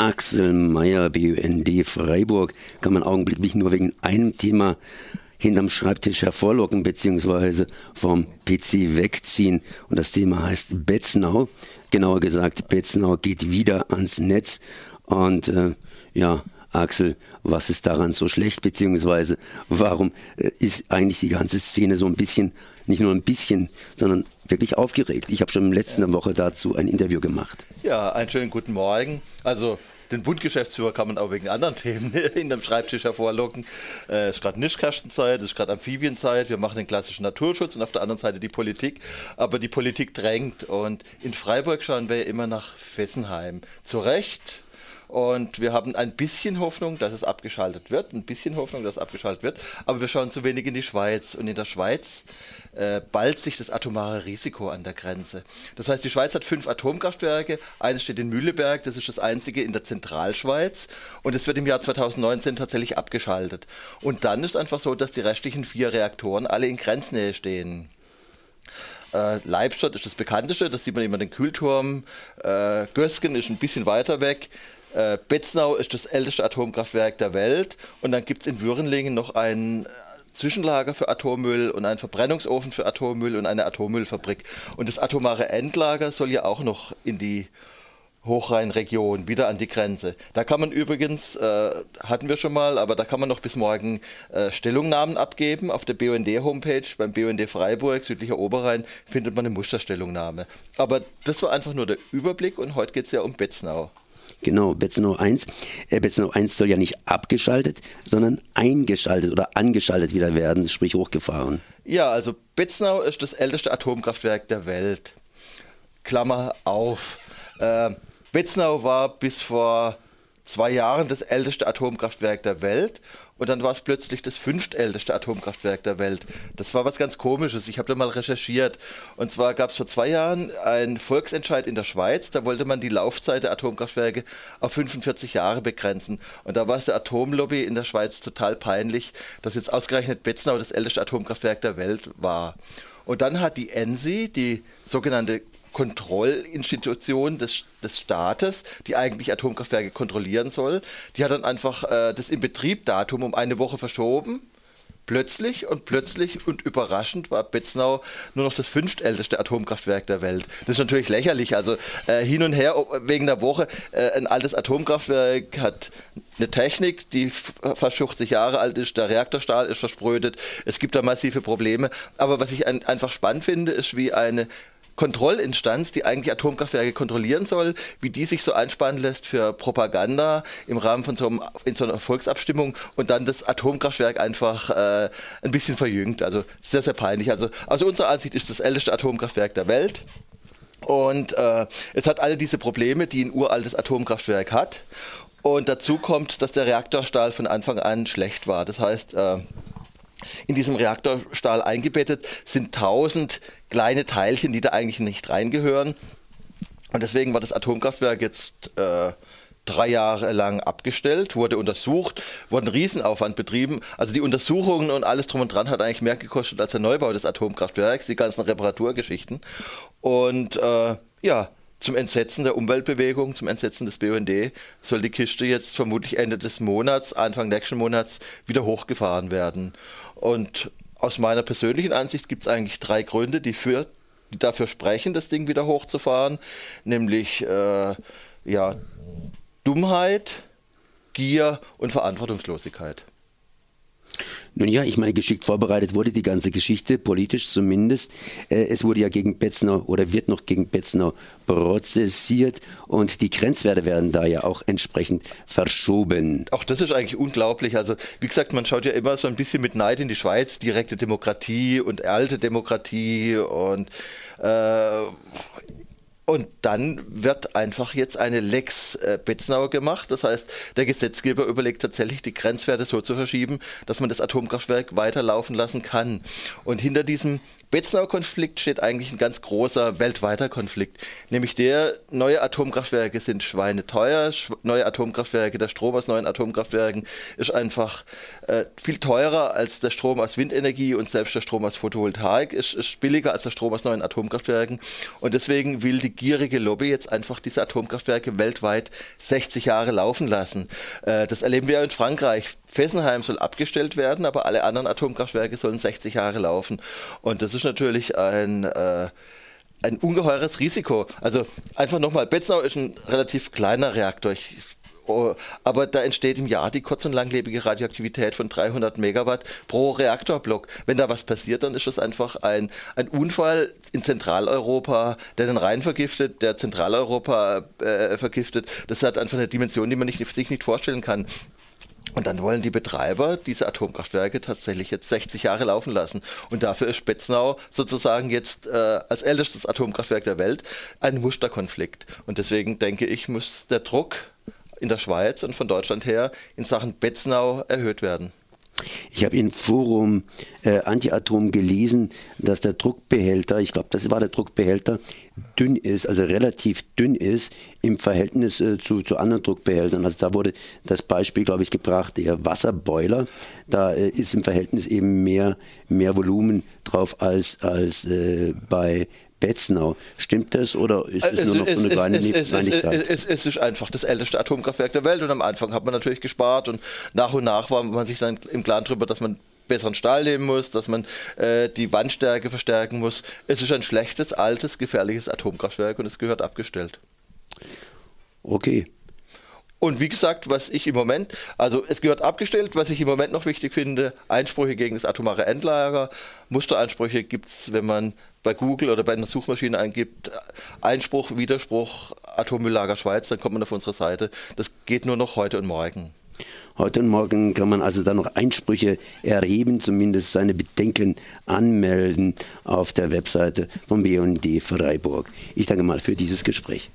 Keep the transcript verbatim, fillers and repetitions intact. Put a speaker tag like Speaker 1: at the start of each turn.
Speaker 1: Axel Meyer, B U N D Freiburg, kann man augenblicklich nur wegen einem Thema hinterm Schreibtisch hervorlocken bzw. vom P C wegziehen. Und das Thema heißt Betznau. Genauer gesagt, Betznau geht wieder ans Netz. Und äh, ja, Axel, was ist daran so schlecht, beziehungsweise warum äh, ist eigentlich die ganze Szene so ein bisschen, nicht nur ein bisschen, sondern wirklich aufgeregt? Ich habe schon letzte ja. Woche dazu ein Interview gemacht.
Speaker 2: Ja, einen schönen guten Morgen. Also den Bundgeschäftsführer kann man auch wegen anderen Themen in dem Schreibtisch hervorlocken. Es äh, ist gerade Nischkastenzeit, es ist gerade Amphibienzeit, wir machen den klassischen Naturschutz und auf der anderen Seite die Politik. Aber die Politik drängt und in Freiburg schauen wir immer nach Fessenheim. Zu Recht. Und wir haben ein bisschen Hoffnung, dass es abgeschaltet wird, ein bisschen Hoffnung, dass es abgeschaltet wird, aber wir schauen zu wenig in die Schweiz. Und in der Schweiz äh, ballt sich das atomare Risiko an der Grenze. Das heißt, die Schweiz hat fünf Atomkraftwerke, eines steht in Mühleberg, das ist das einzige in der Zentralschweiz und es wird im Jahr zweitausendneunzehn tatsächlich abgeschaltet. Und dann ist einfach so, dass die restlichen vier Reaktoren alle in Grenznähe stehen. Äh, Leibstadt ist das bekannteste, das sieht man immer den Kühlturm, äh, Gösgen ist ein bisschen weiter weg. Betznau ist das älteste Atomkraftwerk der Welt und dann gibt es in Würenlingen noch ein Zwischenlager für Atommüll und einen Verbrennungsofen für Atommüll und eine Atommüllfabrik. Und das atomare Endlager soll ja auch noch in die Hochrheinregion, wieder an die Grenze. Da kann man übrigens, äh, hatten wir schon mal, aber da kann man noch bis morgen äh, Stellungnahmen abgeben. Auf der B U N D-Homepage beim B U N D Freiburg, südlicher Oberrhein, findet man eine Musterstellungnahme. Aber das war einfach nur der Überblick und heute geht es ja um Betznau.
Speaker 1: Genau, Betznau eins. Äh, Betznau eins soll ja nicht abgeschaltet, sondern eingeschaltet oder angeschaltet wieder werden, sprich hochgefahren.
Speaker 2: Ja, also Betznau ist das älteste Atomkraftwerk der Welt. Klammer auf. Äh, Betznau war bis vor zwei Jahren das älteste Atomkraftwerk der Welt und dann war es plötzlich das fünftälteste Atomkraftwerk der Welt. Das war was ganz Komisches. Ich habe da mal recherchiert. Und zwar gab es vor zwei Jahren einen Volksentscheid in der Schweiz. Da wollte man die Laufzeit der Atomkraftwerke auf fünfundvierzig Jahre begrenzen. Und da war es der Atomlobby in der Schweiz total peinlich, dass jetzt ausgerechnet Betznau das älteste Atomkraftwerk der Welt war. Und dann hat die ENSI, die sogenannte Kontrollinstitution des, des Staates, die eigentlich Atomkraftwerke kontrollieren soll, die hat dann einfach äh, das Inbetriebdatum um eine Woche verschoben. Plötzlich und plötzlich und überraschend war Betznau nur noch das fünftälteste Atomkraftwerk der Welt. Das ist natürlich lächerlich. Also äh, hin und her wegen der Woche. Äh, ein altes Atomkraftwerk hat eine Technik, die fast fünfzig Jahre alt ist. Der Reaktorstahl ist versprödet. Es gibt da massive Probleme. Aber was ich ein, einfach spannend finde, ist, wie eine Kontrollinstanz, die eigentlich Atomkraftwerke kontrollieren soll, wie die sich so einspannen lässt für Propaganda im Rahmen von so, einem, in so einer Volksabstimmung und dann das Atomkraftwerk einfach äh, ein bisschen verjüngt. Also sehr, sehr peinlich. Also aus unserer Ansicht ist das älteste Atomkraftwerk der Welt. Und äh, es hat alle diese Probleme, die ein uraltes Atomkraftwerk hat. Und dazu kommt, dass der Reaktorstahl von Anfang an schlecht war. Das heißt, äh, in diesem Reaktorstahl eingebettet sind tausend kleine Teilchen, die da eigentlich nicht reingehören. Und deswegen war das Atomkraftwerk jetzt äh, drei Jahre lang abgestellt, wurde untersucht, wurde ein Riesenaufwand betrieben. Also die Untersuchungen und alles drum und dran hat eigentlich mehr gekostet als der Neubau des Atomkraftwerks, die ganzen Reparaturgeschichten. Und äh, ja, zum Entsetzen der Umweltbewegung, zum Entsetzen des B U N D soll die Kiste jetzt vermutlich Ende des Monats, Anfang nächsten Monats wieder hochgefahren werden. Und aus meiner persönlichen Ansicht gibt es eigentlich drei Gründe, die, für, die dafür sprechen, das Ding wieder hochzufahren. Nämlich äh, ja, Dummheit, Gier und Verantwortungslosigkeit.
Speaker 1: Nun ja, ich meine, geschickt vorbereitet wurde die ganze Geschichte, politisch zumindest. Äh, es wurde ja gegen Betznau oder wird noch gegen Betznau prozessiert und die Grenzwerte werden da ja auch entsprechend verschoben.
Speaker 2: Auch das ist eigentlich unglaublich. Also wie gesagt, man schaut ja immer so ein bisschen mit Neid in die Schweiz, direkte Demokratie und alte Demokratie und äh, Und dann wird einfach jetzt eine Lex äh, Betznau gemacht. Das heißt, der Gesetzgeber überlegt tatsächlich, die Grenzwerte so zu verschieben, dass man das Atomkraftwerk weiterlaufen lassen kann. Und hinter diesem Betznau-Konflikt steht eigentlich ein ganz großer weltweiter Konflikt, nämlich der, neue Atomkraftwerke sind schweineteuer, neue Atomkraftwerke, der Strom aus neuen Atomkraftwerken ist einfach äh, viel teurer als der Strom aus Windenergie und selbst der Strom aus Photovoltaik ist, ist billiger als der Strom aus neuen Atomkraftwerken und deswegen will die gierige Lobby jetzt einfach diese Atomkraftwerke weltweit sechzig Jahre laufen lassen. Äh, das erleben wir ja in Frankreich. Fessenheim soll abgestellt werden, aber alle anderen Atomkraftwerke sollen sechzig Jahre laufen. Und das ist natürlich ein... Äh, ein ungeheures Risiko. Also einfach nochmal, Betznau ist ein relativ kleiner Reaktor. Ich, oh, aber da entsteht im Jahr die kurz- und langlebige Radioaktivität von dreihundert Megawatt pro Reaktorblock. Wenn da was passiert, dann ist das einfach ein, ein Unfall in Zentraleuropa, der den Rhein vergiftet, der Zentraleuropa äh, vergiftet. Das hat einfach eine Dimension, die man nicht, sich nicht vorstellen kann. Und dann wollen die Betreiber diese Atomkraftwerke tatsächlich jetzt sechzig Jahre laufen lassen. Und dafür ist Betznau sozusagen jetzt äh, als ältestes Atomkraftwerk der Welt ein Musterkonflikt. Und deswegen denke ich, muss der Druck in der Schweiz und von Deutschland her in Sachen Betznau erhöht werden.
Speaker 1: Ich habe im Forum äh, Anti-Atom gelesen, dass der Druckbehälter, ich glaube, das war der Druckbehälter, dünn ist, also relativ dünn ist im Verhältnis äh, zu, zu anderen Druckbehältern. Also da wurde das Beispiel, glaube ich, gebracht, der Wasserboiler, da äh, ist im Verhältnis eben mehr, mehr Volumen drauf als, als äh, bei Betznau. Stimmt das oder ist es, es nur noch so eine kleine Kleinigkeit?
Speaker 2: Es, es, es ist einfach das älteste Atomkraftwerk der Welt und am Anfang hat man natürlich gespart und nach und nach war man sich dann im Klaren darüber, dass man besseren Stahl nehmen muss, dass man äh, die Wandstärke verstärken muss. Es ist ein schlechtes, altes, gefährliches Atomkraftwerk und es gehört abgestellt.
Speaker 1: Okay.
Speaker 2: Und wie gesagt, was ich im Moment, also es gehört abgestellt, was ich im Moment noch wichtig finde, Einsprüche gegen das atomare Endlager. Mustereinsprüche gibt es, wenn man bei Google oder bei einer Suchmaschine eingibt, Einspruch, Widerspruch, Atommülllager Schweiz, dann kommt man auf unsere Seite. Das geht nur noch heute und morgen.
Speaker 1: Heute und morgen kann man also dann noch Einsprüche erheben, zumindest seine Bedenken anmelden auf der Webseite vom B U N D Freiburg. Ich danke mal für dieses Gespräch.